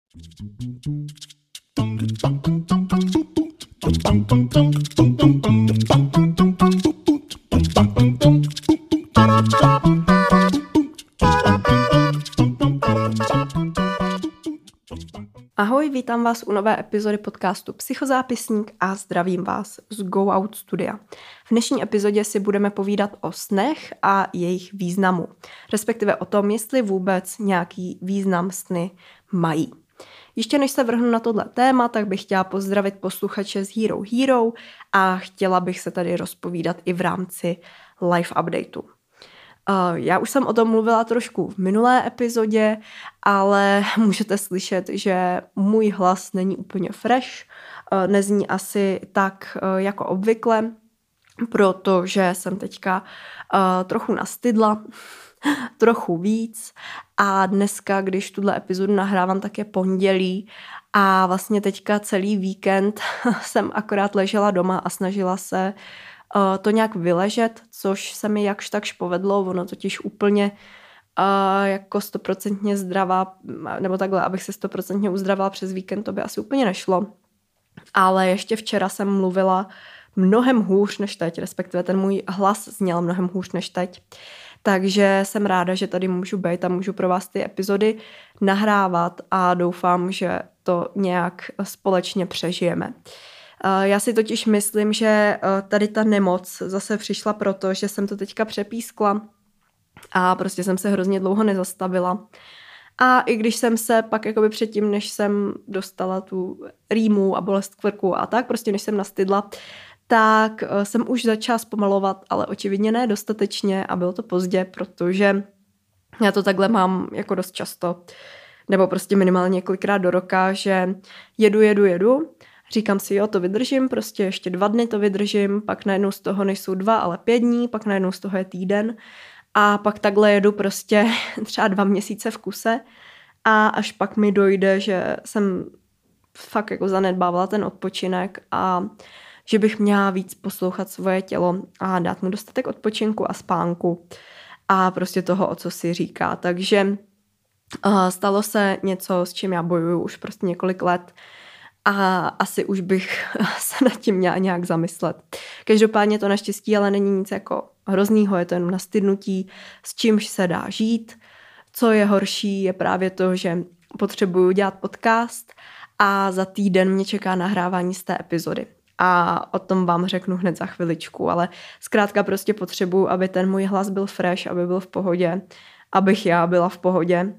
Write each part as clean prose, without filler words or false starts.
Ahoj, vítám vás u nové epizody podcastu Psychozápisník a zdravím vás z Go Out Studia. V dnešní epizodě si budeme povídat o snech a jejich významu, respektive o tom, jestli vůbec nějaký význam sny mají. Ještě než se vrhnu na tohle téma, tak bych chtěla pozdravit posluchače z Hero Hero a chtěla bych se tady rozpovídat i v rámci live updateu. Já už jsem o tom mluvila trošku v minulé epizodě, ale můžete slyšet, že můj hlas není úplně fresh, nezní asi tak jako obvykle, protože jsem teďka trochu nastydla, trochu víc a dneska, když tuhle epizodu nahrávám, tak je pondělí a vlastně teďka celý víkend jsem akorát ležela doma a snažila se to nějak vyležet, což se mi jakž takž povedlo, ono totiž úplně jako 100% zdravá, nebo takhle, abych se 100% uzdravila přes víkend, to by asi úplně nešlo. Ale ještě včera jsem mluvila mnohem hůř než teď, respektive ten můj hlas zněl mnohem hůř než teď. Takže jsem ráda, že tady můžu být a můžu pro vás ty epizody nahrávat a doufám, že to nějak společně přežijeme. Já si totiž myslím, že tady ta nemoc zase přišla proto, že jsem to teďka přepískla a prostě jsem se hrozně dlouho nezastavila. A i když jsem se pak jakoby předtím, než jsem dostala tu rýmu a bolest krku a tak, prostě než jsem nastydla, tak jsem už začala zpomalovat, ale očividně ne dostatečně a bylo to pozdě, protože já to takhle mám jako dost často, nebo prostě minimálně několikrát do roka, že jedu, říkám si, jo, to vydržím, prostě ještě 2 dny to vydržím, pak najednou z toho nejsou 2, ale 5 dní, pak najednou z toho je týden a pak takhle jedu prostě třeba 2 měsíce v kuse a až pak mi dojde, že jsem fakt jako zanedbávala ten odpočinek a že bych měla víc poslouchat svoje tělo a dát mu dostatek odpočinku a spánku a prostě toho, o co si říká. Takže stalo se něco, s čím já bojuju už prostě několik let a asi už bych se nad tím měla nějak zamyslet. Každopádně to naštěstí ale není nic jako hroznýho, je to jenom nastydnutí, s čímž se dá žít. Co je horší, je právě to, že potřebuju dělat podcast a za týden mě čeká nahrávání z té epizody. A o tom vám řeknu hned za chviličku, ale zkrátka prostě potřebuju, aby ten můj hlas byl fresh, aby byl v pohodě, abych já byla v pohodě.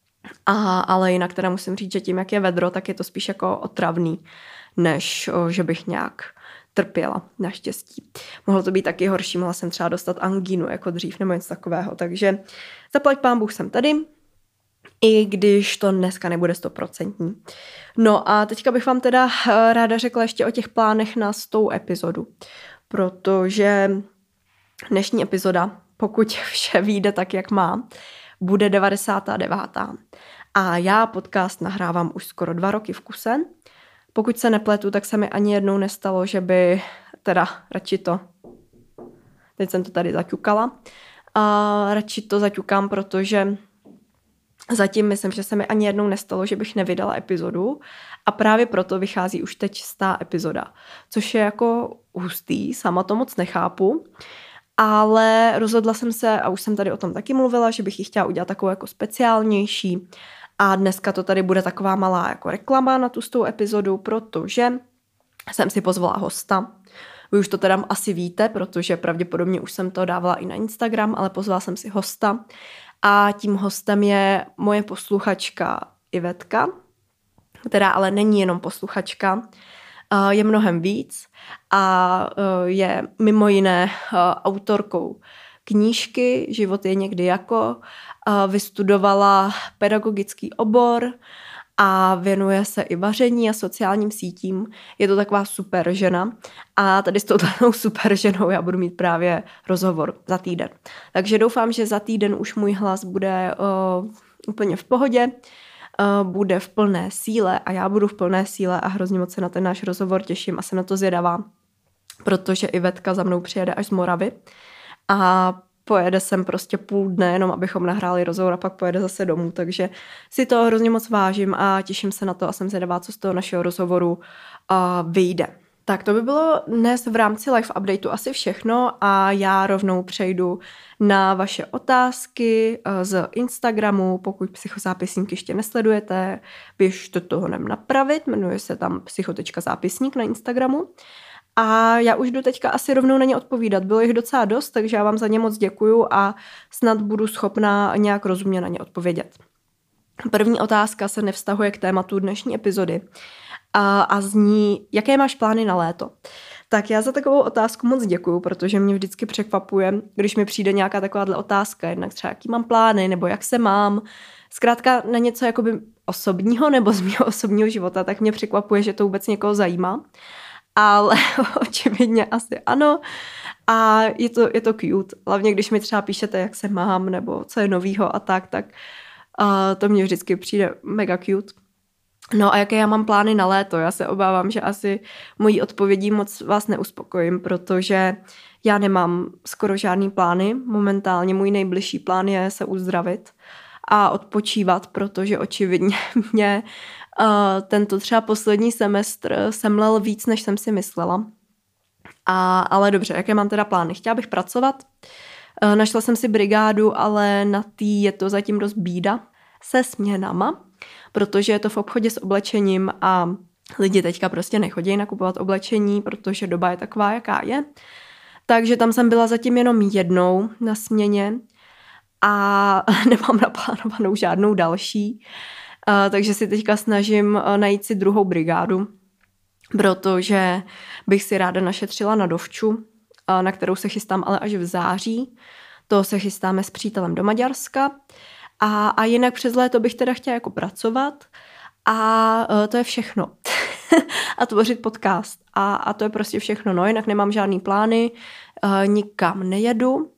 Ale jinak teda musím říct, že tím, jak je vedro, tak je to spíš jako otravný, než že bych nějak trpěla, naštěstí. Mohlo to být taky horší, mohla jsem třeba dostat angínu jako dřív nebo něco takového, takže zaplať pán Bůh jsem tady, i když to dneska nebude 100%. No a teďka bych vám teda ráda řekla ještě o těch plánech na 100 epizodu, protože dnešní epizoda, pokud vše vyjde tak, jak má, bude 99. A já podcast nahrávám už skoro 2 roky v kuse. Pokud se nepletu, tak se mi ani jednou nestalo, že by teda radši to, teď jsem to tady zaťukala, radši to zaťukám, protože zatím myslím, že se mi ani jednou nestalo, že bych nevydala epizodu a právě proto vychází už teď 100 epizoda, což je jako hustý, sama to moc nechápu, ale rozhodla jsem se, a už jsem tady o tom taky mluvila, že bych ji chtěla udělat takovou jako speciálnější a dneska to tady bude taková malá jako reklama na tu 100 epizodu, protože jsem si pozvala hosta. Vy už to teda asi víte, protože pravděpodobně už jsem to dávala i na Instagram, ale pozvala jsem si hosta a tím hostem je moje posluchačka Ivetka, která ale není jenom posluchačka, je mnohem víc a je mimo jiné autorkou knížky Život je někdy jako, vystudovala pedagogický obor a věnuje se i vaření a sociálním sítím. Je to taková super žena a tady s touto super ženou já budu mít právě rozhovor za týden. Takže doufám, že za týden už můj hlas bude úplně v pohodě, bude v plné síle a já budu v plné síle a hrozně moc se na ten náš rozhovor těším a jsem na to zvědavá, protože Ivetka za mnou přijede až z Moravy a pojede sem prostě půl dne, jenom abychom nahráli rozhovor a pak pojede zase domů, takže si to hrozně moc vážím a těším se na to a jsem zvědavá, co z toho našeho rozhovoru vyjde. Tak to by bylo dnes v rámci live updateu asi všechno a já rovnou přejdu na vaše otázky z Instagramu. Pokud Psychozápisník ještě nesledujete, běžte to honem napravit, jmenuje se tam psycho.zápisník na Instagramu. A já už jdu teďka asi rovnou na ně odpovídat. Bylo jich docela dost, takže já vám za ně moc děkuju a snad budu schopná nějak rozumně na ně odpovědět. První otázka se nevztahuje k tématu dnešní epizody a zní, jaké máš plány na léto? Tak já za takovou otázku moc děkuju, protože mě vždycky překvapuje, když mi přijde nějaká takováhle otázka, jednak třeba jaký mám plány, nebo jak se mám, zkrátka na něco jakoby osobního nebo z mého osobního života, tak mě překvapuje, že to vůbec někoho zajímá. Ale očividně asi ano a je to cute. Hlavně, když mi třeba píšete, jak se mám, nebo co je novýho a tak to mně vždycky přijde mega cute. No a jaké já mám plány na léto? Já se obávám, že asi mojí odpovědí moc vás neuspokojím, protože já nemám skoro žádný plány. Momentálně můj nejbližší plán je se uzdravit a odpočívat, protože očividně mě tento třeba poslední semestr semlel víc, než jsem si myslela. Ale dobře, jaké mám teda plány? Chtěla bych pracovat. Našla jsem si brigádu, ale na tý je to zatím dost bída se směnama, protože je to v obchodě s oblečením a lidi teďka prostě nechodí nakupovat oblečení, protože doba je taková, jaká je. Takže tam jsem byla zatím jenom jednou na směně a nemám naplánovanou žádnou další. Takže si teďka snažím najít si druhou brigádu, protože bych si ráda našetřila na dovču, na kterou se chystám ale až v září. To se chystáme s přítelem do Maďarska. A jinak přes léto bych teda chtěla jako pracovat a to je všechno. A tvořit podcast. A to je prostě všechno. No, jinak nemám žádný plány, nikam nejedu.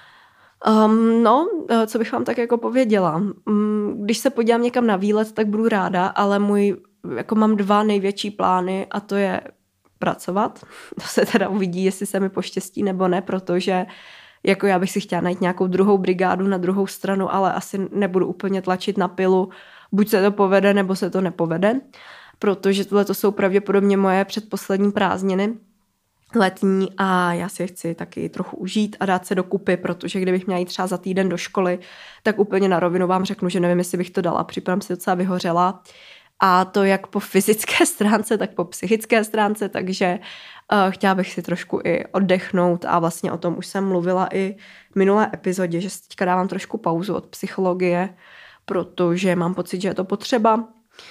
Co bych vám tak jako pověděla. Když se podívám někam na výlet, tak budu ráda, ale mám 2 největší plány a to je pracovat. To se teda uvidí, jestli se mi poštěstí nebo ne, protože jako já bych si chtěla najít nějakou druhou brigádu na druhou stranu, ale asi nebudu úplně tlačit na pilu, buď se to povede, nebo se to nepovede, protože tohle to jsou pravděpodobně moje předposlední prázdniny letní a já si je chci taky trochu užít a dát se dokupy, protože kdybych měla jít třeba za týden do školy, tak úplně na rovinu vám řeknu, že nevím, jestli bych to dala. Připadám si docela vyhořela a to jak po fyzické stránce, tak po psychické stránce, takže chtěla bych si trošku i oddechnout a vlastně o tom už jsem mluvila i v minulé epizodě, že si teďka dávám trošku pauzu od psychologie, protože mám pocit, že je to potřeba.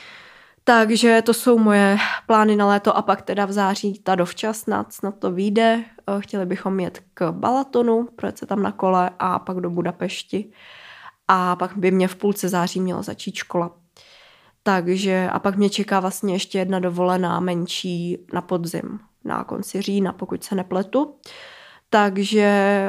Takže to jsou moje plány na léto a pak teda v září ta dovča snad to vyjde. Chtěli bychom jet k Balatonu, projet se tam na kole a pak do Budapešti. A pak by mě v půlce září měla začít škola. Takže a pak mě čeká vlastně ještě jedna dovolená menší na podzim, na konci října, pokud se nepletu. Takže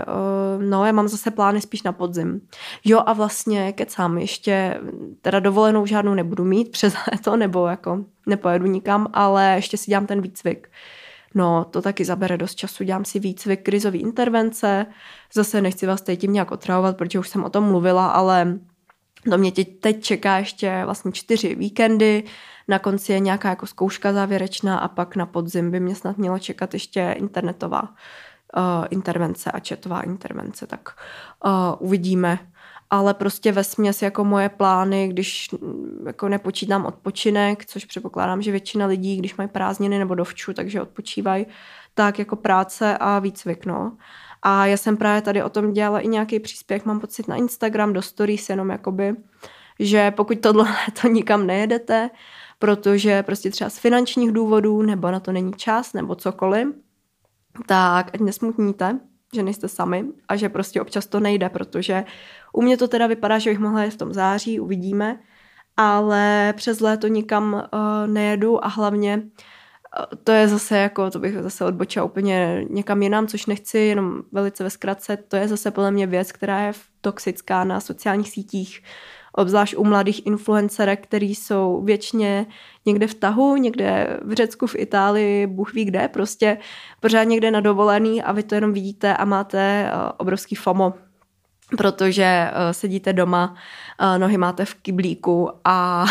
já mám zase plány spíš na podzim. Jo a vlastně kecám, ještě teda dovolenou žádnou nebudu mít přes léto, nebo jako nepojedu nikam, ale ještě si dělám ten výcvik. No, to taky zabere dost času, dělám si výcvik krizové intervence, zase nechci vás tím nějak otravovat, protože už jsem o tom mluvila, ale to mě teď čeká ještě vlastně 4 víkendy, na konci je nějaká jako zkouška závěrečná a pak na podzim by mě snad mělo čekat ještě internetová intervence a chatová intervence, tak uvidíme. Ale prostě vesměs jako moje plány, když jako nepočítám odpočinek, což předpokládám, že většina lidí, když mají prázdniny nebo dovču, takže odpočívají, tak jako práce a výcvik, no. A já jsem právě tady o tom dělala i nějaký příspěvek, mám pocit na Instagram, do stories, jenom jakoby, že pokud tohle to nikam nejedete, protože prostě třeba z finančních důvodů, nebo na to není čas, nebo cokoliv, tak ať nesmutníte, že nejste sami a že prostě občas to nejde, protože u mě to teda vypadá, že bych mohla jít v tom září, uvidíme, ale přes léto nikam nejedu a hlavně to je zase jako, to bych zase odbočila úplně někam jinam, což nechci, jenom velice ve zkratce, to je zase podle mě věc, která je toxická na sociálních sítích, obzvlášť u mladých influencerek, který jsou věčně někde v tahu, někde v Řecku, v Itálii, Bůh ví kde, prostě pořád někde na dovolený a vy to jenom vidíte a máte obrovský FOMO. protože sedíte doma, nohy máte v kyblíku a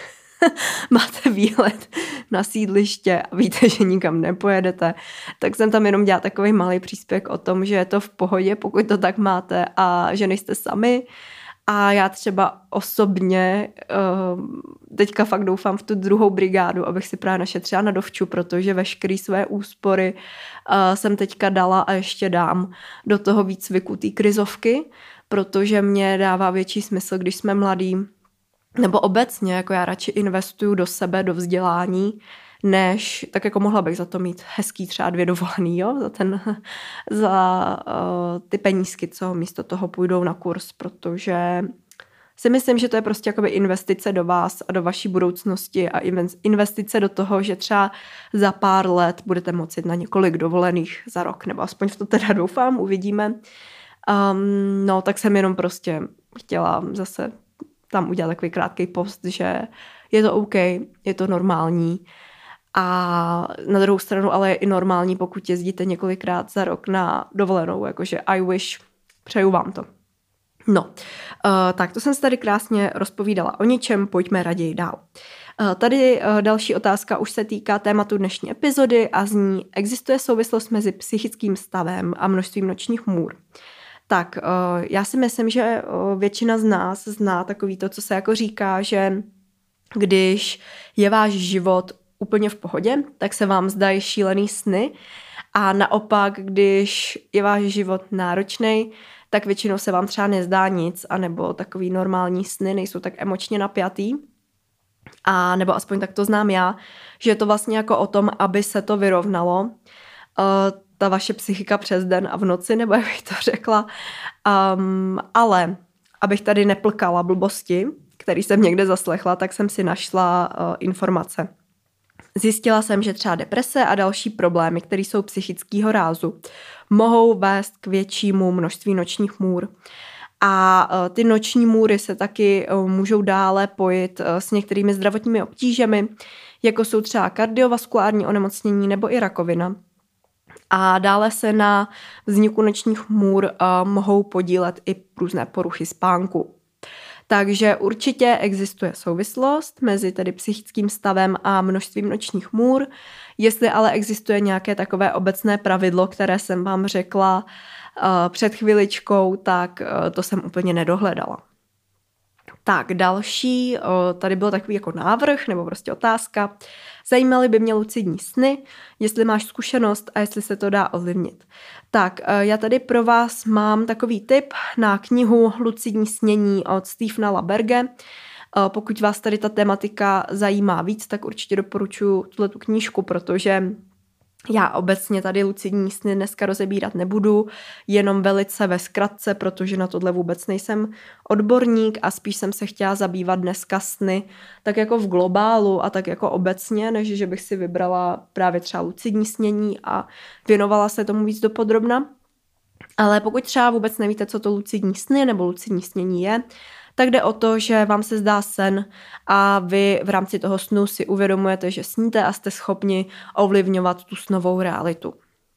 máte výhled na sídliště a víte, že nikam nepojedete, tak jsem tam jenom dělala takový malý příspěvek o tom, že je to v pohodě, pokud to tak máte a že nejste sami. A já třeba osobně teďka fakt doufám v tu druhou brigádu, abych si právě našetřila na dovču, protože veškeré své úspory jsem teďka dala a ještě dám do toho výcviku té krizovky, protože mě dává větší smysl, když jsme mladí, nebo obecně, jako já radši investuju do sebe, do vzdělání, než, tak jako mohla bych za to mít hezký třeba 2 dovolený, jo, za ty penízky, co místo toho půjdou na kurz, protože si myslím, že to je prostě jakoby investice do vás a do vaší budoucnosti a investice do toho, že třeba za pár let budete moci jít na několik dovolených za rok, nebo aspoň v to teda doufám, uvidíme. No, tak jsem jenom prostě chtěla zase tam udělat takový krátký post, že je to OK, je to normální a na druhou stranu ale je i normální, pokud jezdíte několikrát za rok na dovolenou, jakože I wish, přeju vám to. No, tak to jsem se tady krásně rozpovídala o něčem, pojďme raději dál. Tady další otázka už se týká tématu dnešní epizody a zní, existuje souvislost mezi psychickým stavem a množstvím nočních můr? Tak, já si myslím, že většina z nás zná takový to, co se jako říká, že když je váš život úplně v pohodě, tak se vám zdají šílený sny a naopak, když je váš život náročný, tak většinou se vám třeba nezdá nic, anebo takový normální sny nejsou tak emočně napjatý. A nebo aspoň tak to znám já, že je to vlastně jako o tom, aby se to vyrovnalo, ta vaše psychika přes den a v noci, nebo jak bych to řekla. Ale abych tady neplkala blbosti, který jsem někde zaslechla, tak jsem si našla informace. Zjistila jsem, že třeba deprese a další problémy, které jsou psychického rázu, mohou vést k většímu množství nočních můr. A ty noční můry se taky můžou dále pojit s některými zdravotními obtížemi, jako jsou třeba kardiovaskulární onemocnění nebo i rakovina. A dále se na vzniku nočních můr mohou podílet i různé poruchy spánku. Takže určitě existuje souvislost mezi tedy psychickým stavem a množstvím nočních můr. Jestli ale existuje nějaké takové obecné pravidlo, které jsem vám řekla před chviličkou, tak to jsem úplně nedohledala. Tak další, tady byl takový jako návrh nebo prostě otázka. Zajímaly by mě lucidní sny, jestli máš zkušenost a jestli se to dá ovlivnit. Tak já tady pro vás mám takový tip na knihu Lucidní snění od Stephena LaBerge. Pokud vás tady ta tematika zajímá víc, tak určitě doporučuji tuhletu knížku, protože já obecně tady lucidní sny dneska rozebírat nebudu, jenom velice ve zkratce, protože na tohle vůbec nejsem odborník a spíš jsem se chtěla zabývat dneska sny tak jako v globálu a tak jako obecně, než že bych si vybrala právě třeba lucidní snění a věnovala se tomu víc dopodrobna. Ale pokud třeba vůbec nevíte, co to lucidní sny nebo lucidní snění je, tak jde o to, že vám se zdá sen a vy v rámci toho snu si uvědomujete, že sníte a jste schopni ovlivňovat tu snovou realitu.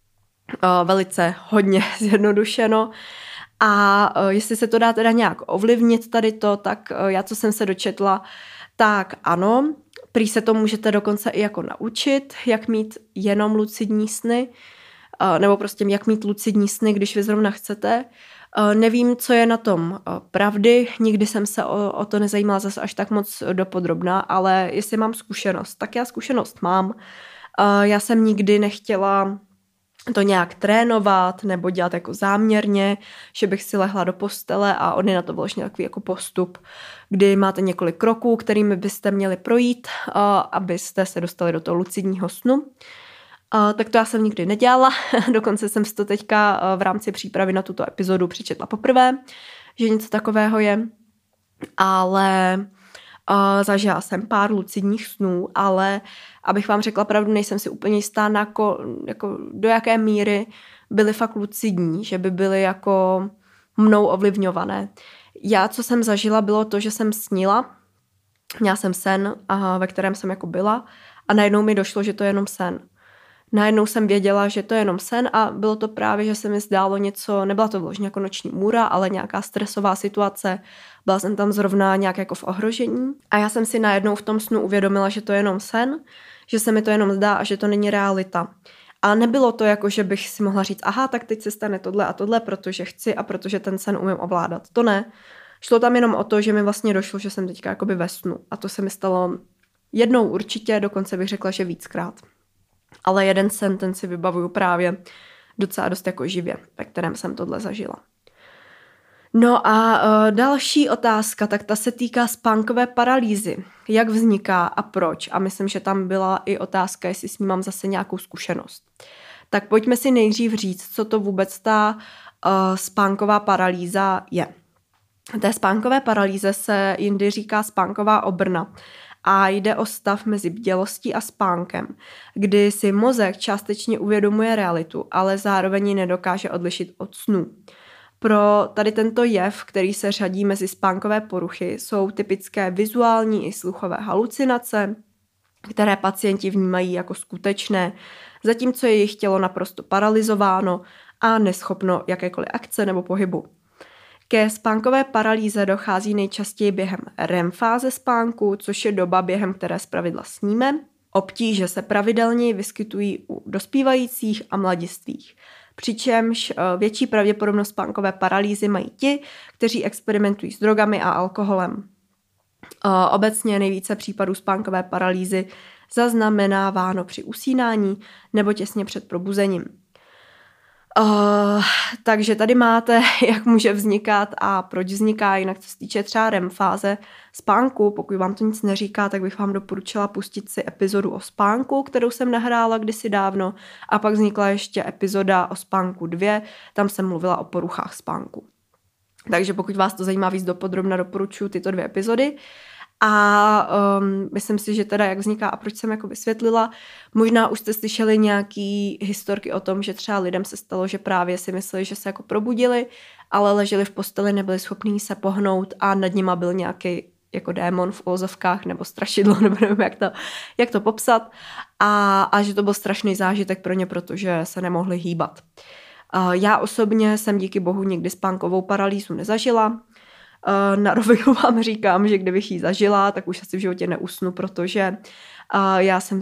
Velice hodně zjednodušeno. A jestli se to dá teda nějak ovlivnit tady to, tak já, co jsem se dočetla, tak ano, prý se to můžete dokonce i jako naučit, jak mít jenom lucidní sny, nebo prostě jak mít lucidní sny, když vy zrovna chcete. Nevím, co je na tom pravdy, nikdy jsem se o to nezajímala zase až tak moc dopodrobna, ale jestli mám zkušenost, tak já zkušenost mám. Já jsem nikdy nechtěla to nějak trénovat nebo dělat jako záměrně, že bych si lehla do postele a on je na to vlastně takový jako postup, kdy máte několik kroků, kterými byste měli projít, abyste se dostali do toho lucidního snu. Tak to já jsem nikdy nedělala, dokonce jsem si to teďka v rámci přípravy na tuto epizodu přečetla poprvé, že něco takového je, ale zažila jsem pár lucidních snů, ale abych vám řekla pravdu, nejsem si úplně jistá, jako do jaké míry byly fakt lucidní, že by byly jako mnou ovlivňované. Já, co jsem zažila, bylo to, že jsem snila, měla jsem sen, ve kterém jsem jako byla a najednou mi došlo, že to je jenom sen. Najednou jsem věděla, že to je jenom sen a bylo to právě, že se mi zdálo něco, nebyla to vložně jako noční můra, ale nějaká stresová situace. Byla jsem tam zrovna nějak jako v ohrožení a já jsem si najednou v tom snu uvědomila, že to je jenom sen, že se mi to jenom zdá a že to není realita. A nebylo to jako, že bych si mohla říct, aha, tak teď se stane tohle a tohle, protože chci a protože ten sen umím ovládat. To ne. Šlo tam jenom o to, že mi vlastně došlo, že jsem teďka jakoby ve snu. A to se mi stalo jednou určitě, dokonce bych řekla, že víckrát. Ale jeden sen, ten si vybavuju právě docela dost jako živě, ve kterém jsem tohle zažila. No a další otázka, tak ta se týká spánkové paralýzy. Jak vzniká a proč? A myslím, že tam byla i otázka, jestli s ní mám zase nějakou zkušenost. Tak pojďme si nejdřív říct, co to vůbec ta spánková paralýza je. Té spánkové paralýze se jindy říká spánková obrna. A jde o stav mezi bdělostí a spánkem, kdy si mozek částečně uvědomuje realitu, ale zároveň ji nedokáže odlišit od snů. Pro tady tento jev, který se řadí mezi spánkové poruchy, jsou typické vizuální i sluchové halucinace, které pacienti vnímají jako skutečné, zatímco je jejich tělo naprosto paralyzováno a neschopno jakékoliv akce nebo pohybu. Ke spánkové paralýze dochází nejčastěji během REM fáze spánku, což je doba, během které zpravidla sníme. Obtíže se pravidelně vyskytují u dospívajících a mladistvých. Přičemž větší pravděpodobnost spánkové paralýzy mají ti, kteří experimentují s drogami a alkoholem. Obecně nejvíce případů spánkové paralýzy zaznamenáváno při usínání nebo těsně před probuzením. Takže tady máte, jak může vznikat a proč vzniká, jinak co se týče třeba REM fáze spánku. Pokud vám to nic neříká, tak bych vám doporučila pustit si epizodu o spánku, kterou jsem nahrála kdysi dávno, a pak vznikla ještě epizoda o spánku 2, tam jsem mluvila o poruchách spánku. Takže pokud vás to zajímá víc dopodrobna, doporučuji tyto 2 epizody. A myslím si, že teda jak vzniká a proč jsem jako vysvětlila, možná už jste slyšeli nějaký historky o tom, že třeba lidem se stalo, že právě si mysleli, že se jako probudili, ale leželi v posteli, nebyli schopní se pohnout a nad nima byl nějaký jako démon v uvozovkách nebo strašidlo, nebo nevím, jak to popsat, a že to byl strašný zážitek pro ně, protože se nemohli hýbat. Já osobně jsem díky bohu nikdy spánkovou paralýzu nezažila. Na rovinu vám říkám, že kdybych ji zažila, tak už asi v životě neusnu, protože já jsem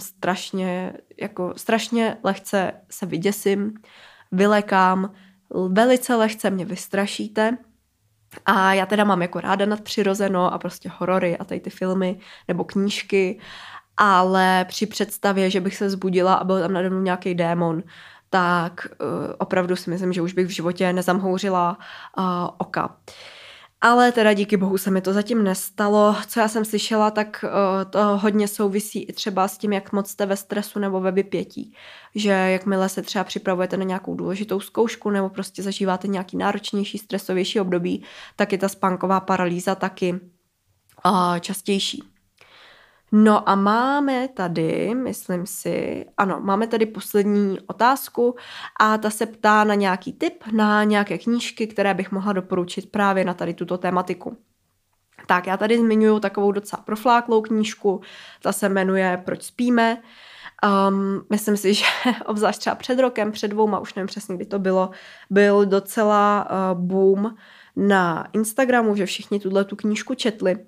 strašně lehce se vyděsím, vylekám, velice lehce mě vystrašíte a já teda mám jako ráda nadpřirozeno a prostě horory a tady ty filmy nebo knížky, ale při představě, že bych se zbudila a byl tam nade mnou nějaký démon, tak opravdu si myslím, že už bych v životě nezamhouřila oka. Ale teda díky bohu se mi to zatím nestalo. Co já jsem slyšela, tak to hodně souvisí i třeba s tím, jak moc jste ve stresu nebo ve vypětí. Že jakmile se třeba připravujete na nějakou důležitou zkoušku nebo prostě zažíváte nějaký náročnější, stresovější období, tak je ta spánková paralýza taky častější. No a máme tady, myslím si, máme tady poslední otázku a ta se ptá na nějaký tip, na nějaké knížky, které bych mohla doporučit právě na tady tuto tématiku. Tak já tady zmiňuji takovou docela profláklou knížku, ta se jmenuje Proč spíme. Myslím si, že obzvlášť třeba před rokem, před 2, už nevím přesně, kdy to bylo, byl docela boom na Instagramu, že všichni tu knížku četli.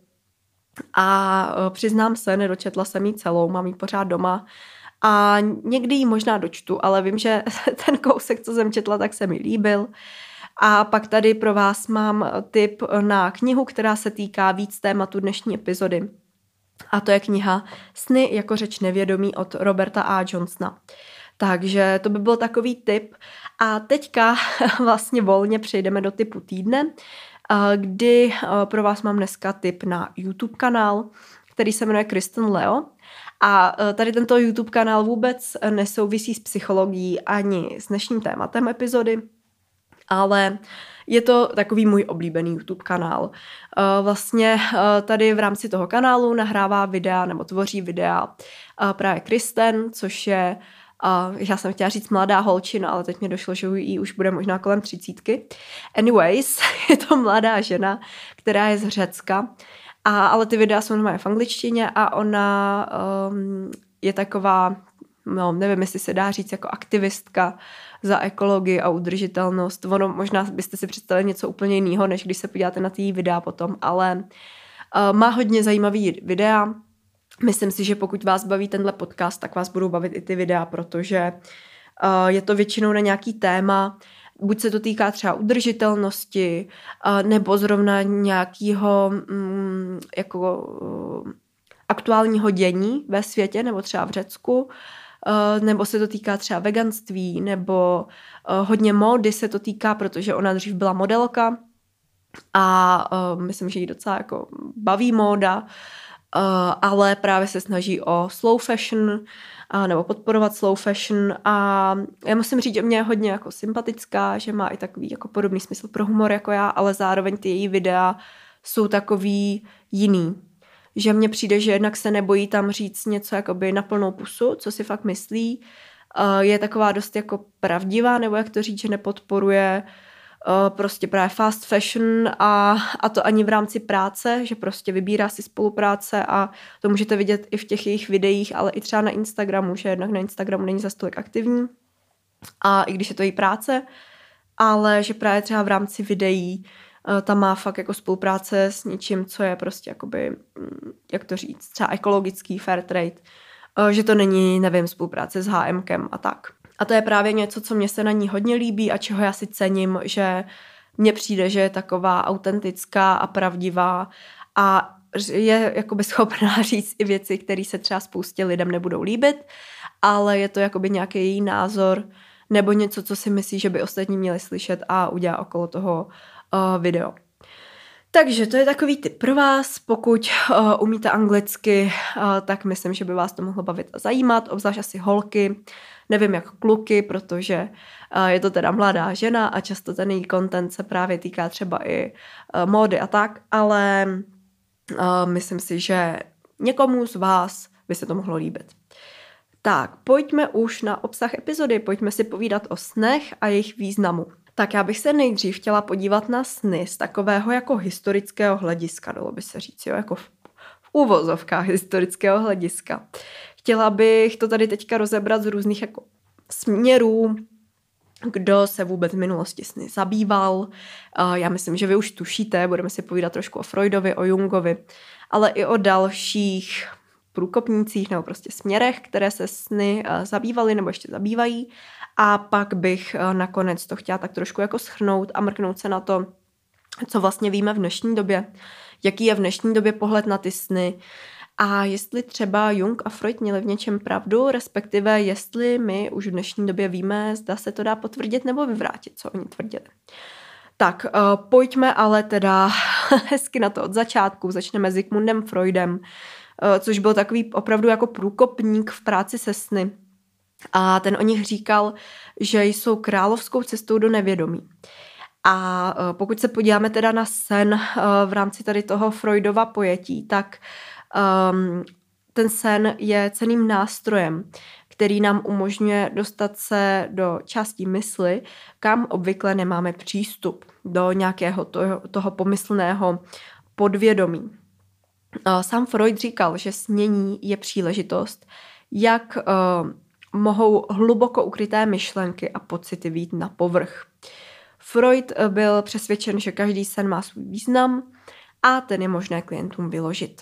A přiznám se, nedočetla jsem ji celou, mám ji pořád doma a někdy ji možná dočtu, ale vím, že ten kousek, co jsem četla, tak se mi líbil. A pak tady pro vás mám tip na knihu, která se týká víc tématu dnešní epizody. A to je kniha Sny jako řeč nevědomí od Roberta A. Johnsona. Takže to by byl takový tip. A teďka vlastně volně přejdeme do tipu týdne, kdy pro vás mám dneska tip na YouTube kanál, který se jmenuje Kristen Leo. A tady tento YouTube kanál vůbec nesouvisí s psychologií ani s dnešním tématem epizody, ale je to takový můj oblíbený YouTube kanál. Vlastně tady v rámci toho kanálu nahrává videa nebo tvoří videa právě Kristen, což je, já jsem chtěla říct mladá holčina, ale teď mi došlo, že jí už bude možná kolem 30. Anyways, je to mladá žena, která je z Řecka, ale ty videa jsou normálně v angličtině a ona je taková, no, nevím, jestli se dá říct jako aktivistka za ekologii a udržitelnost. Ono možná byste si představili něco úplně jiného, než když se podíváte na ty videa potom, ale má hodně zajímavý videa. Myslím si, že pokud vás baví tenhle podcast, tak vás budou bavit i ty videa, protože je to většinou na nějaký téma, buď se to týká třeba udržitelnosti, nebo zrovna nějakého aktuálního dění ve světě, nebo třeba v Řecku, nebo se to týká třeba veganství, nebo hodně módy se to týká, protože ona dřív byla modelka a myslím, že jí docela jako baví móda, ale právě se snaží o slow fashion nebo podporovat slow fashion a já musím říct, že mě je hodně jako sympatická, že má i takový jako podobný smysl pro humor jako já, ale zároveň ty její videa jsou takový jiný. Že mně přijde, že jednak se nebojí tam říct něco jakoby na plnou pusu, co si fakt myslí. Je taková dost jako pravdivá, nebo jak to říct, že nepodporuje prostě právě fast fashion a to ani v rámci práce, že prostě vybírá si spolupráce a to můžete vidět i v těch jejich videích, ale i třeba na Instagramu, že jednak na Instagramu není zas tolik aktivní a i když je to její práce, ale že právě třeba v rámci videí tam má fakt jako spolupráce s něčím, co je prostě jakoby, jak to říct, třeba ekologický fair trade, že to není, nevím, spolupráce s H&Mkem a tak. A to je právě něco, co mě se na ní hodně líbí a čeho já si cením, že mně přijde, že je taková autentická a pravdivá a je jakoby schopná říct i věci, které se třeba spoustě lidem nebudou líbit, ale je to jakoby nějaký její názor nebo něco, co si myslí, že by ostatní měli slyšet a udělá okolo toho video. Takže to je takový tip pro vás, pokud umíte anglicky, tak myslím, že by vás to mohlo bavit a zajímat, obzvlášť asi holky, nevím jak kluky, protože je to teda mladá žena a často ten její content se právě týká třeba i módy a tak, ale myslím si, že někomu z vás by se to mohlo líbit. Tak, pojďme už na obsah epizody, pojďme si povídat o snech a jejich významu. Tak já bych se nejdřív chtěla podívat na sny z takového jako historického hlediska, dalo by se říct, jo, jako v úvozovkách historického hlediska. Chtěla bych to tady teďka rozebrat z různých jako směrů, kdo se vůbec v minulosti sny zabýval. Já myslím, že vy už tušíte, budeme si povídat trošku o Freudovi, o Jungovi, ale i o dalších průkopnících nebo prostě směrech, které se sny zabývaly nebo ještě zabývají. A pak bych nakonec to chtěla tak trošku jako shrnout a mrknout se na to, co vlastně víme v dnešní době, jaký je v dnešní době pohled na ty sny a jestli třeba Jung a Freud měli v něčem pravdu, respektive jestli my už v dnešní době víme, zda se to dá potvrdit nebo vyvrátit, co oni tvrdili. Tak, pojďme ale teda hezky na to od začátku. Začneme Sigmundem Freudem, což byl takový opravdu jako průkopník v práci se sny. A ten o nich říkal, že jsou královskou cestou do nevědomí. A pokud se podíváme teda na sen v rámci tady toho Freudova pojetí, tak ten sen je cenným nástrojem, který nám umožňuje dostat se do částí mysli, kam obvykle nemáme přístup, do nějakého toho pomyslného podvědomí. Sám Freud říkal, že snění je příležitost, jak mohou hluboko ukryté myšlenky a pocity vyjít na povrch. Freud byl přesvědčen, že každý sen má svůj význam a ten je možné klientům vyložit.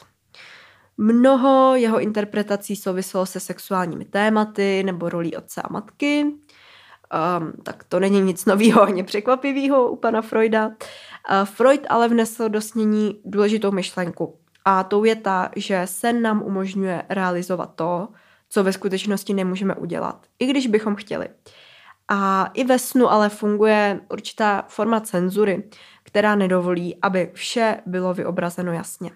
Mnoho jeho interpretací souviselo se sexuálními tématy nebo rolí otce a matky. Tak to není nic nového ani překvapivého u pana Freuda. Freud ale vnesl do snění důležitou myšlenku. A tou je ta, že sen nám umožňuje realizovat to, co ve skutečnosti nemůžeme udělat, i když bychom chtěli. A i ve snu ale funguje určitá forma cenzury, která nedovolí, aby vše bylo vyobrazeno jasně.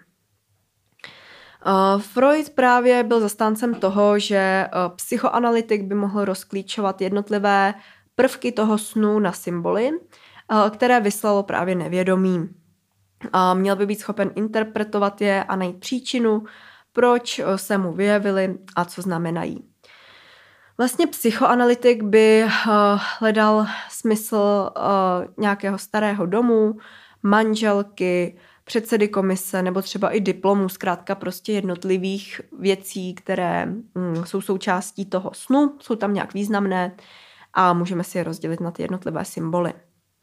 Freud právě byl zastáncem toho, že psychoanalytik by mohl rozklíčovat jednotlivé prvky toho snu na symboly, které vyslalo právě nevědomí. Měl by být schopen interpretovat je a najít příčinu, proč se mu vyjevily a co znamenají. Vlastně psychoanalytik by hledal smysl nějakého starého domu, manželky, předsedy komise nebo třeba i diplomů, zkrátka prostě jednotlivých věcí, které jsou součástí toho snu, jsou tam nějak významné a můžeme si je rozdělit na ty jednotlivé symboly.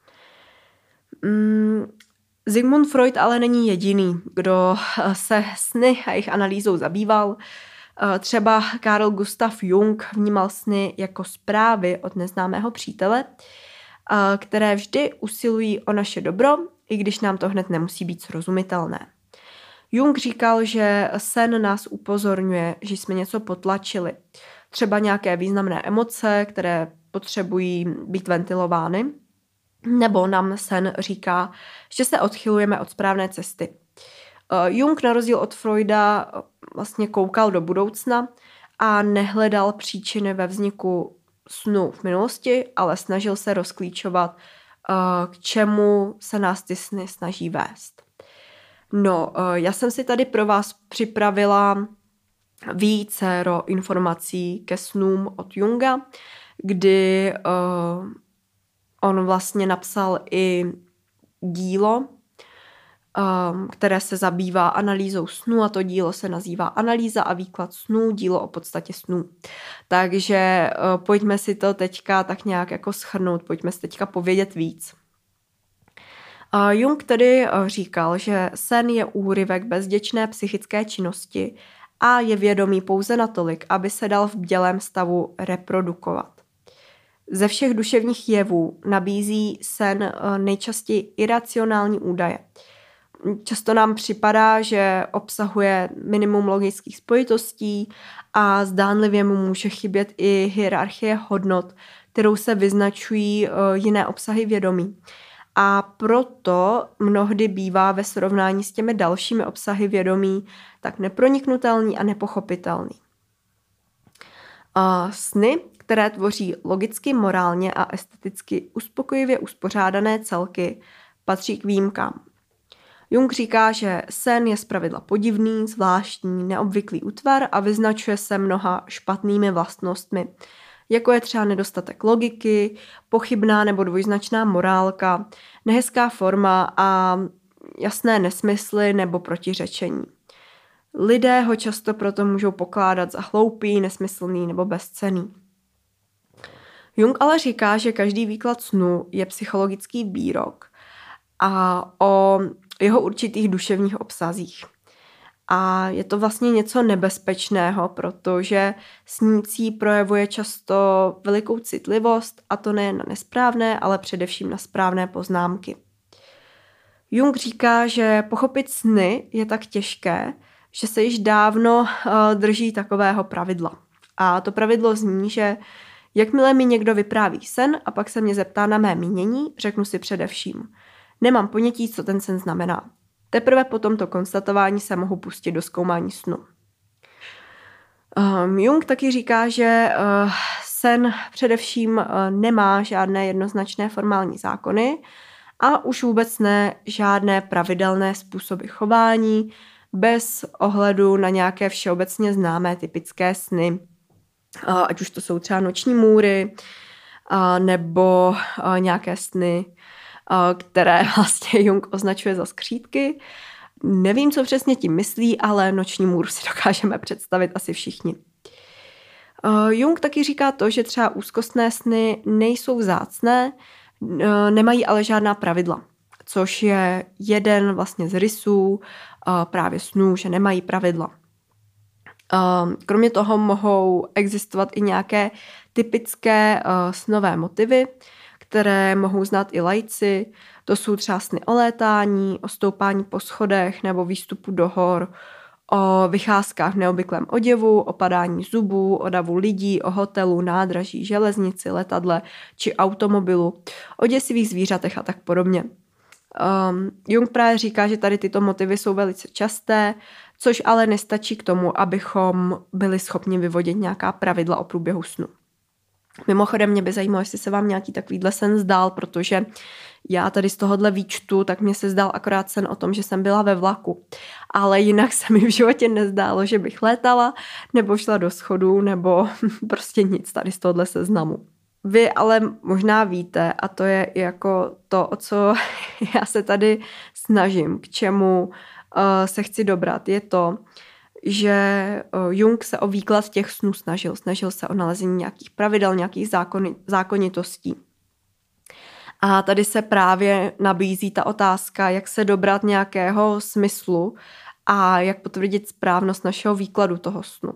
Sigmund Freud ale není jediný, kdo se sny a jejich analýzou zabýval. Třeba Carl Gustav Jung vnímal sny jako zprávy od neznámého přítele, které vždy usilují o naše dobro, i když nám to hned nemusí být srozumitelné. Jung říkal, že sen nás upozorňuje, že jsme něco potlačili. Třeba nějaké významné emoce, které potřebují být ventilovány, nebo nám sen říká, že se odchylujeme od správné cesty. Jung na rozdíl od Freuda vlastně koukal do budoucna a nehledal příčiny ve vzniku snů v minulosti, ale snažil se rozklíčovat, k čemu se nás ty sny snaží vést. No, já jsem si tady pro vás připravila vícero informací ke snům od Junga, kdy on vlastně napsal i dílo, které se zabývá analýzou snů, a to dílo se nazývá Analýza a výklad snů, dílo o podstatě snů. Takže pojďme si to teďka tak nějak jako shrnout, pojďme si teďka povědět víc. Jung tedy říkal, že sen je úryvek bezděčné psychické činnosti a je vědomý pouze natolik, aby se dal v bdělém stavu reprodukovat. Ze všech duševních jevů nabízí sen nejčastěji iracionální údaje. Často nám připadá, že obsahuje minimum logických spojitostí a zdánlivě mu může chybět i hierarchie hodnot, kterou se vyznačují jiné obsahy vědomí. A proto mnohdy bývá ve srovnání s těmi dalšími obsahy vědomí tak neproniknutelný a nepochopitelný. Sny, které tvoří logicky, morálně a esteticky uspokojivě uspořádané celky, patří k výjimkám. Jung říká, že sen je zpravidla podivný, zvláštní, neobvyklý útvar a vyznačuje se mnoha špatnými vlastnostmi, jako je třeba nedostatek logiky, pochybná nebo dvojznačná morálka, nehezká forma a jasné nesmysly nebo protiřečení. Lidé ho často proto můžou pokládat za hloupý, nesmyslný nebo bezcenný. Jung ale říká, že každý výklad snu je psychologický výrok a o jeho určitých duševních obsazích. A je to vlastně něco nebezpečného, protože snící projevuje často velikou citlivost, a to nejen na nesprávné, ale především na správné poznámky. Jung říká, že pochopit sny je tak těžké, že se již dávno drží takového pravidla. A to pravidlo zní, že jakmile mi někdo vypráví sen a pak se mě zeptá na mé mínění, řeknu si především: nemám ponětí, co ten sen znamená. Teprve po tomto konstatování se mohu pustit do zkoumání snu. Jung taky říká, že sen především nemá žádné jednoznačné formální zákony a už vůbec ne žádné pravidelné způsoby chování bez ohledu na nějaké všeobecně známé typické sny. Ať už to jsou třeba noční můry nebo nějaké sny, které vlastně Jung označuje za skřídky. Nevím, co přesně tím myslí, ale noční můru si dokážeme představit asi všichni. Jung taky říká to, že třeba úzkostné sny nejsou vzácné, nemají ale žádná pravidla, což je jeden vlastně z rysů právě snů, že nemají pravidla. Kromě toho mohou existovat i nějaké typické snové motivy, které mohou znát i laici. To jsou třeba sny o létání, o stoupání po schodech nebo výstupu do hor, o vycházkách v neobvyklém oděvu, o padání zubů, o davu lidí, o hotelu, nádraží, železnici, letadle či automobilu, o děsivých zvířatech a tak podobně. Jung právě říká, že tady tyto motivy jsou velice časté, což ale nestačí k tomu, abychom byli schopni vyvodit nějaká pravidla o průběhu snu. Mimochodem mě by zajímalo, jestli se vám nějaký takovýhle sen zdál, protože já tady z tohohle výčtu, tak mě se zdál akorát sen o tom, že jsem byla ve vlaku. Ale jinak se mi v životě nezdálo, že bych létala, nebo šla do schodů, nebo prostě nic tady z tohohle seznamu. vy ale možná víte, a to je jako to, o co já se tady snažím, k čemu se chci dobrat, je to, že Jung se o výklad těch snů snažil se o nalezení nějakých pravidel, nějakých zákonitostí. A tady se právě nabízí ta otázka, jak se dobrat nějakého smyslu a jak potvrdit správnost našeho výkladu toho snu.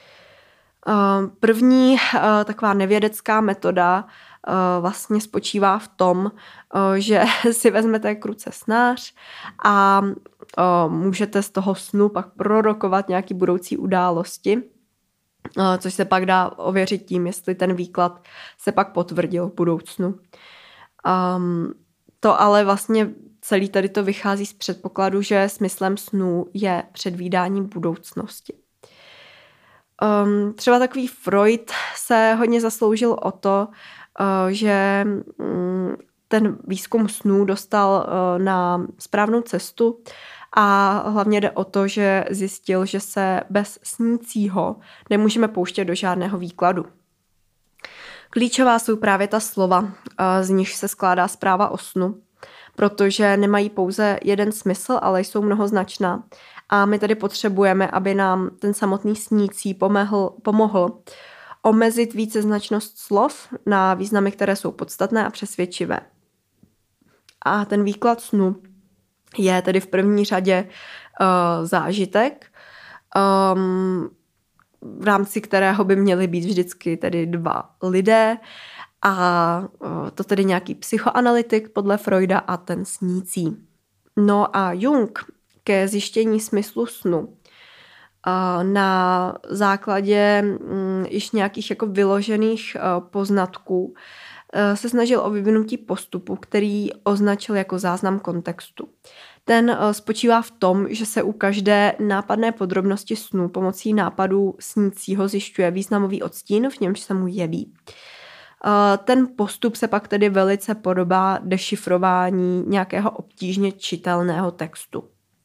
První taková nevědecká metoda vlastně spočívá v tom, že si vezmete k ruce snář a můžete z toho snu pak prorokovat nějaké budoucí události, což se pak dá ověřit tím, jestli ten výklad se pak potvrdil v budoucnu. To ale vlastně celý tady to vychází z předpokladu, že smyslem snů je předvídání budoucnosti. Třeba takový Freud se hodně zasloužil o to, že ten výzkum snů dostal na správnou cestu a hlavně jde o to, že zjistil, že se bez snícího nemůžeme pouštět do žádného výkladu. Klíčová jsou právě ta slova, z nichž se skládá zpráva o snu, protože nemají pouze jeden smysl, ale jsou mnohoznačná. A my tady potřebujeme, aby nám ten samotný snící pomohl omezit víceznačnost slov na významy, které jsou podstatné a přesvědčivé. A ten výklad snu je tedy v první řadě zážitek, v rámci kterého by měly být vždycky tedy dva lidé a to tedy nějaký psychoanalytik podle Freuda a ten snící. No a Jung ke zjištění smyslu snu na základě již nějakých jako vyložených poznatků se snažil o vyvinutí postupu, který označil jako záznam kontextu. Ten spočívá v tom, že se u každé nápadné podrobnosti snu pomocí nápadů snícího zjišťuje významový odstín, v němž se mu jeví. Ten postup se pak tedy velice podobá dešifrování nějakého obtížně čitelného textu.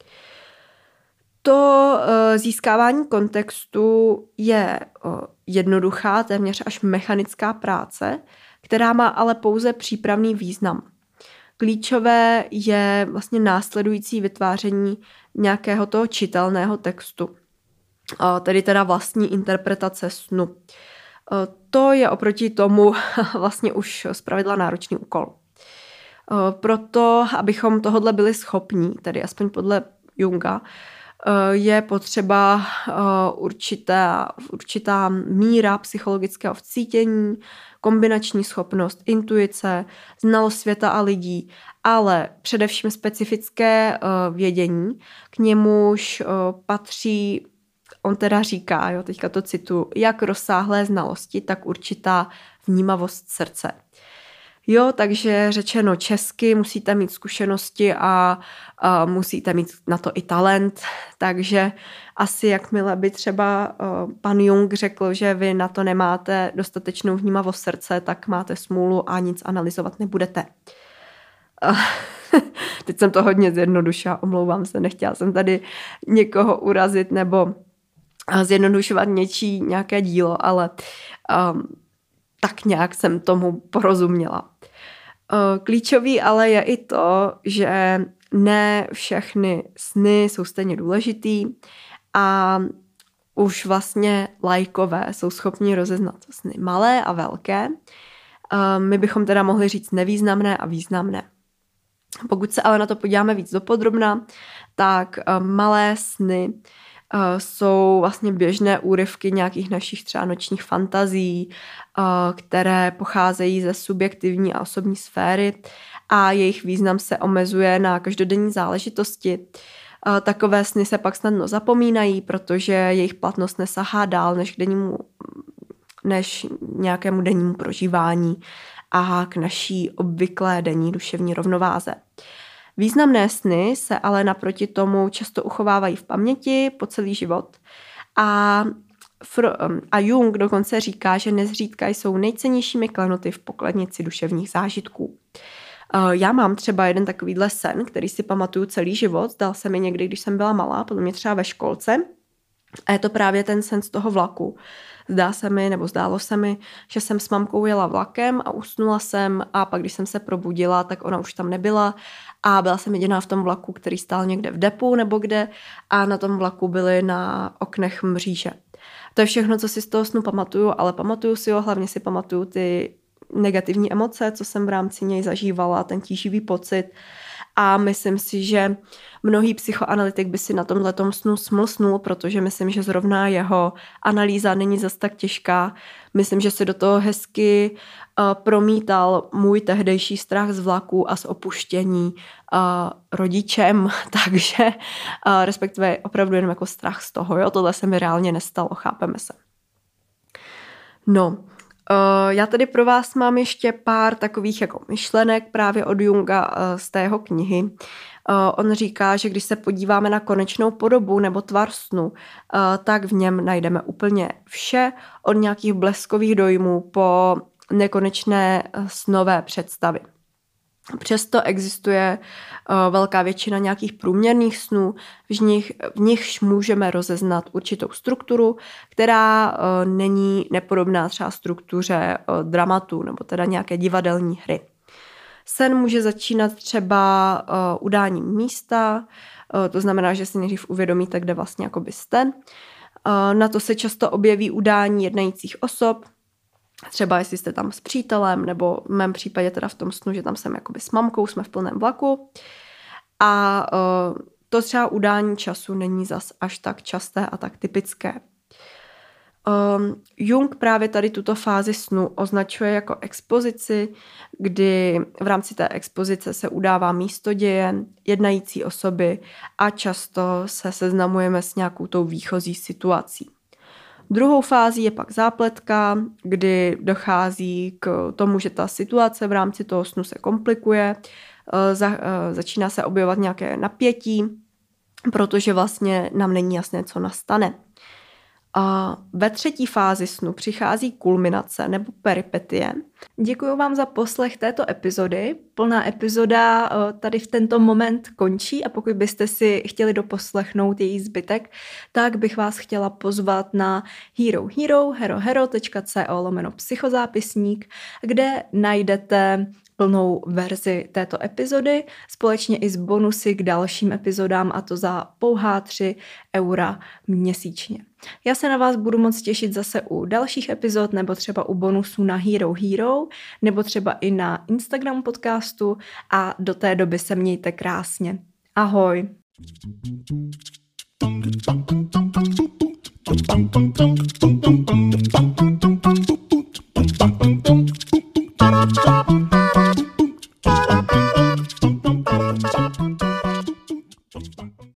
To získávání kontextu je jednoduchá, téměř až mechanická práce, která má ale pouze přípravný význam. Klíčové je vlastně následující vytváření nějakého toho čitelného textu, tedy teda vlastní interpretace snu. To je oproti tomu vlastně už zpravidla náročný úkol. Proto, abychom tohodle byli schopní, tedy aspoň podle Junga, je potřeba určitá míra psychologického vcítění, kombinační schopnost, intuice, znalost světa a lidí, ale především specifické vědění, k němuž patří, on teda říká, jo, teďka to cituju, jak rozsáhlé znalosti, tak určitá vnímavost srdce. Jo, takže řečeno česky, musíte mít zkušenosti a musíte mít na to i talent, takže asi jakmile by třeba pan Jung řekl, že vy na to nemáte dostatečnou vnímavost srdce, tak máte smůlu a nic analyzovat nebudete. Teď jsem to hodně zjednodušila, omlouvám se, nechtěla jsem tady někoho urazit nebo zjednodušovat nějaké dílo, ale tak nějak jsem tomu porozuměla. Klíčový ale je i to, že ne všechny sny jsou stejně důležitý a už vlastně laikové jsou schopni rozeznat sny malé a velké. My bychom teda mohli říct nevýznamné a významné. Pokud se ale na to podíváme víc dopodrobna, tak malé sny jsou vlastně běžné úryvky nějakých našich třeba nočních fantazí, které pocházejí ze subjektivní a osobní sféry a jejich význam se omezuje na každodenní záležitosti. Takové sny se pak snadno zapomínají, protože jejich platnost nesahá dál než nějakému dennímu prožívání a k naší obvyklé denní duševní rovnováze. Významné sny se ale naproti tomu často uchovávají v paměti po celý život a Jung dokonce říká, že nezřídka jsou nejcennějšími klenoty v pokladnici duševních zážitků. Já mám třeba jeden takovýhle sen, který si pamatuju celý život, zdal se mi někdy, když jsem byla malá, podle mě třeba ve školce. A je to právě ten sen z toho vlaku, zdálo se mi, že jsem s mamkou jela vlakem a usnula jsem a pak, když jsem se probudila, tak ona už tam nebyla a byla jsem jediná v tom vlaku, který stál někde v depu nebo kde a na tom vlaku byly na oknech mříže. To je všechno, co si z toho snu pamatuju, ale pamatuju si ho, hlavně si pamatuju ty negativní emoce, co jsem v rámci něj zažívala, ten tíživý pocit. A myslím si, že mnohý psychoanalytik by si na tomhletom snu smlsnul, protože myslím, že zrovna jeho analýza není zas tak těžká. Myslím, že se do toho hezky promítal můj tehdejší strach z vlaku a z opuštění rodičem, takže respektive opravdu jenom jako strach z toho. Jo? Tohle se mi reálně nestalo, chápeme se. No, já tady pro vás mám ještě pár takových jako myšlenek právě od Junga z té jeho knihy. On říká, že když se podíváme na konečnou podobu nebo tvar snu, tak v něm najdeme úplně vše od nějakých bleskových dojmů po nekonečné snové představy. Přesto existuje velká většina nějakých průměrných snů, v nichž můžeme rozeznat určitou strukturu, která není nepodobná třeba struktuře dramatu nebo teda nějaké divadelní hry. Sen může začínat třeba udáním místa, to znamená, že si nejdřív uvědomíte, kde vlastně jakoby jste. Na to se často objeví udání jednajících osob, třeba jestli jste tam s přítelem, nebo v mém případě teda v tom snu, že tam jsem jakoby s mamkou, jsme v plném vlaku. A to třeba udání času není zas až tak časté a tak typické. Jung právě tady tuto fázi snu označuje jako expozici, kdy v rámci té expozice se udává místo děje, jednající osoby a často se seznamujeme s nějakou tou výchozí situací. Druhou fází je pak zápletka, kdy dochází k tomu, že ta situace v rámci toho snu se komplikuje, začíná se objevovat nějaké napětí, protože vlastně nám není jasné, co nastane. A ve třetí fázi snu přichází kulminace nebo peripetie. Děkuji vám za poslech této epizody. Plná epizoda tady v tento moment končí a pokud byste si chtěli doposlechnout její zbytek, tak bych vás chtěla pozvat na herohero.co/psychozápisník, kde najdete plnou verzi této epizody, společně i s bonusy k dalším epizodám, a to za pouhá 3 € měsíčně. Já se na vás budu moc těšit zase u dalších epizod, nebo třeba u bonusů na Hero Hero, nebo třeba i na Instagram podcastu a do té doby se mějte krásně. Ahoj! Bum bum bum bum bum bum bum bum bum bum bum bum bum bum